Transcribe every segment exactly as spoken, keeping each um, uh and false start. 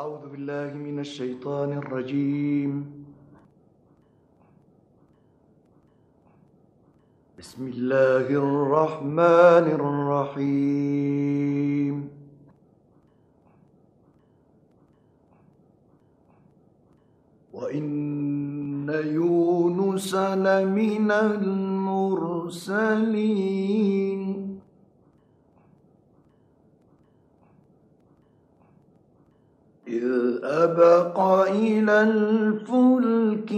أعوذ بالله من الشيطان الرجيم. بسم الله الرحمن الرحيم. وإن يونس لمن المرسلين إذ أبق إلى الفلك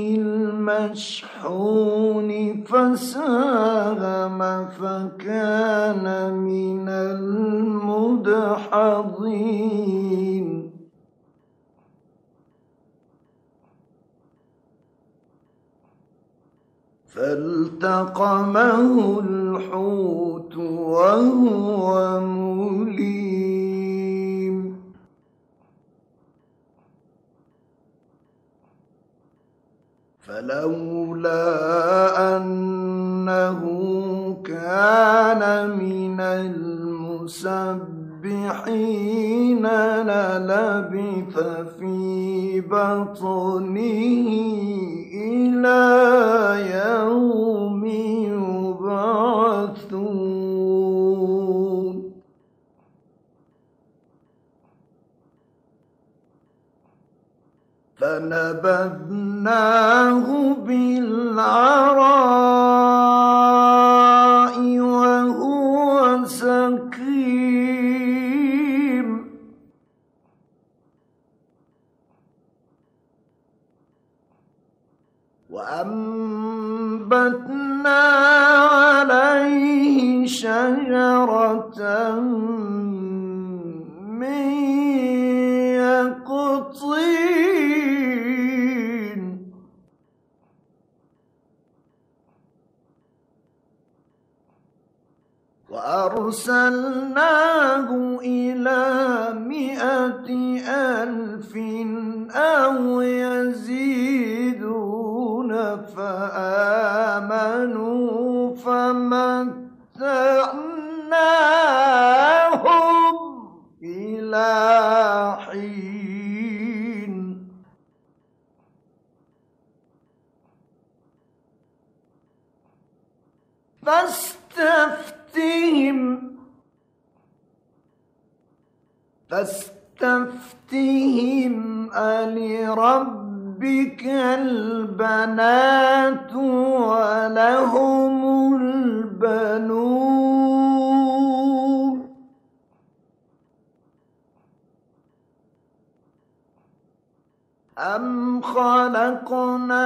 المشحون فساهم فكان من المدحضين فالتقمه الحوت وهو مليم فلولا أنه كان من المسبحين للبث في بطنه إلى يوم يبعثون فنبذناه بالعراء وهو سقيم وأنبتنا عليه شجرة من يقطين وأرسلناه إلى مائة ألف أو يزيدون فآمنوا فمتعناهم إلى حين فاستفتهم فاستفتهم ألربك البنات ولهم البنون أم خلقنا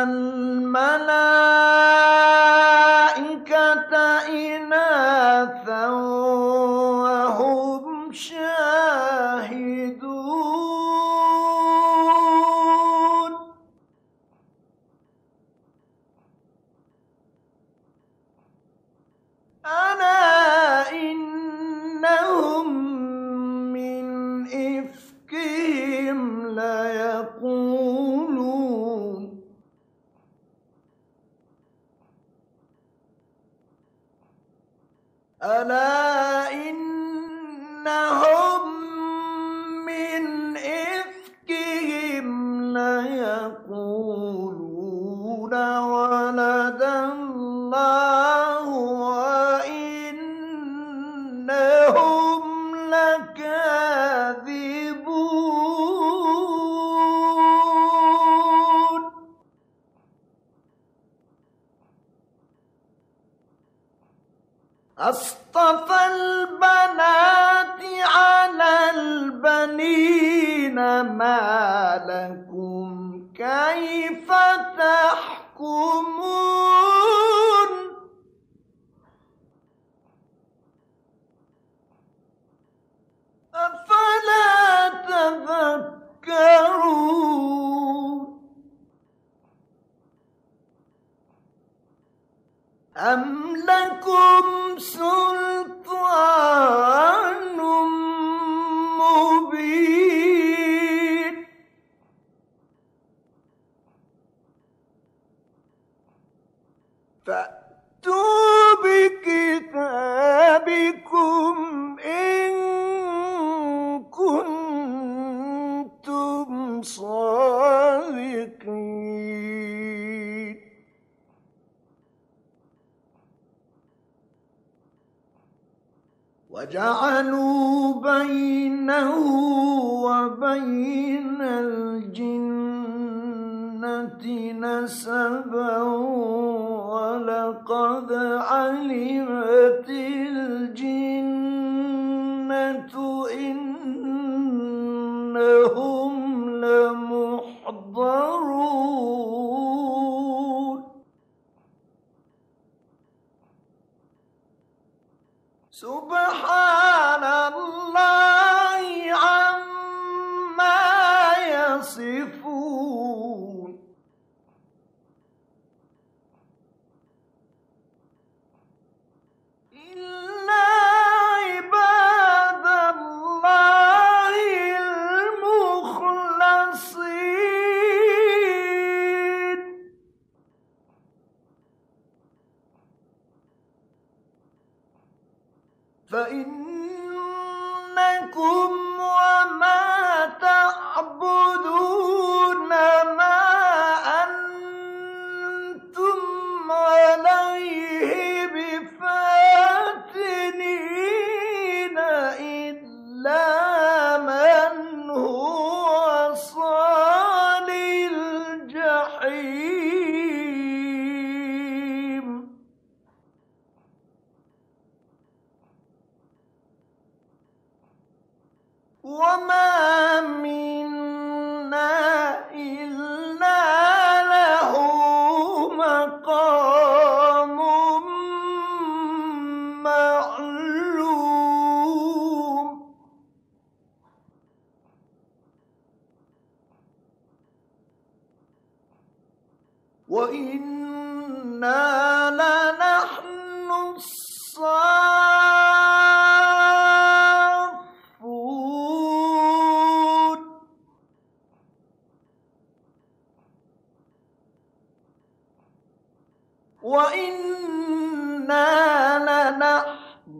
الملائكة إناثا وهم شاهدون ألا إنهم من إفكهم ليقولون ألا إنهم من إفكهم ليقولون ولد الله وإنهم لكاذبون أصطفى البنات على البنين ما لكم كيف تحكمون أفلا تذكرون أم لكم سلطان مبين فأتوا بكتابكم إن كنتم وجعلوا بينه وبين الجنة نسبا ولقد علمت الجنة إنهم لمحضرون سبحان الله عما يصفون إلا عباد الله المخلصين فإنكم وما تعبدون ما أنتم عليه بفاتنين إلا من هو صال الجحيم وما منا إلا له مقام معلوم وإنا لنحن الصافون وإنا لنحن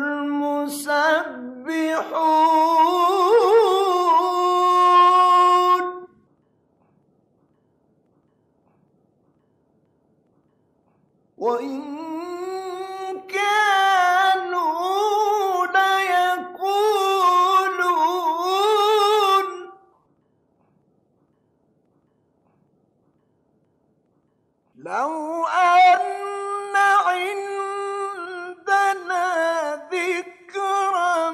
المسبحون وإن كانوا ليقولون لو أن عندنا ذكرا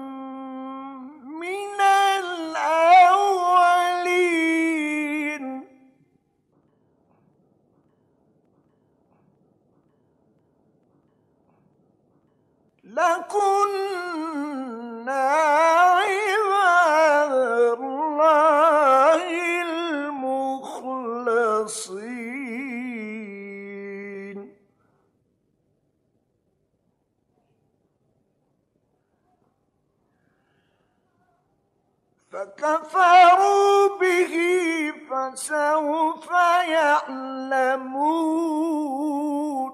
من الأولين لكنا عباد الله المخلصين فكفروا به فسوف يعلمون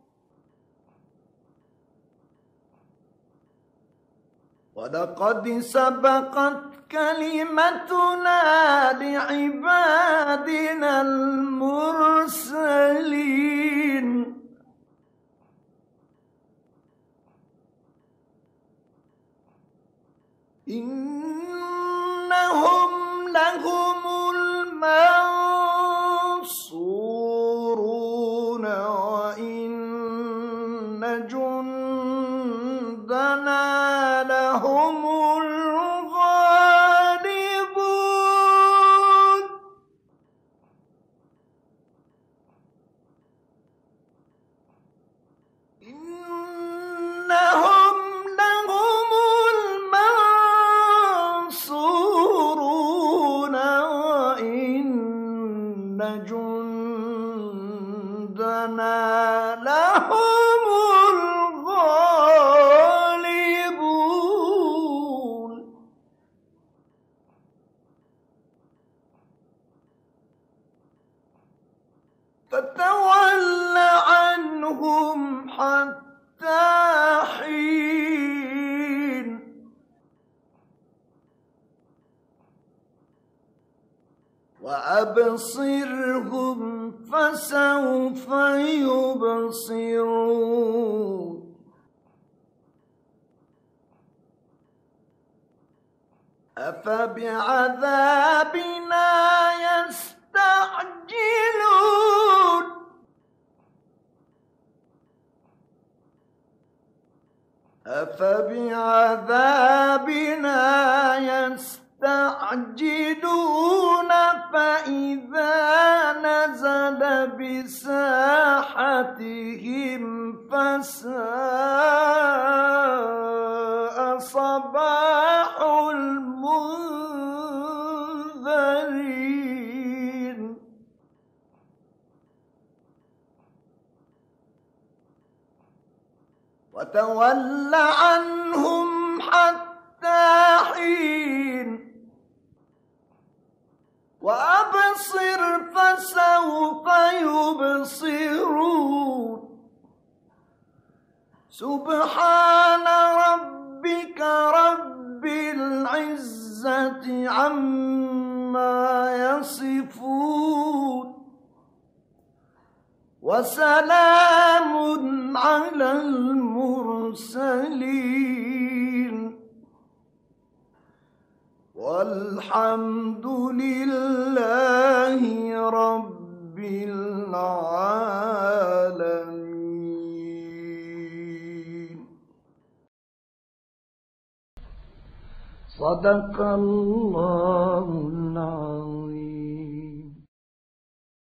ولقد سبقت كلمتنا لعبادنا المرسلين إنهم لهم المنصورون وإن جندنا لهم الغالبون إنهم لهم المنصورون وإن جندنا لهم الغالبون فتول عنهم حتى حين وأبصرهم فسوف يبصرون أفبعذابنا يستعجلون أفبعذابنا يستعجلون فإذا نزل بساحتهم فساء صباح المنذرين وتول عنهم حتى حين وأبصر فسوف يبصرون سبحان ربك رب العزة عما يصفون وسلام على المرسلين والحمد لله رب العالمين. صدق الله العظيم.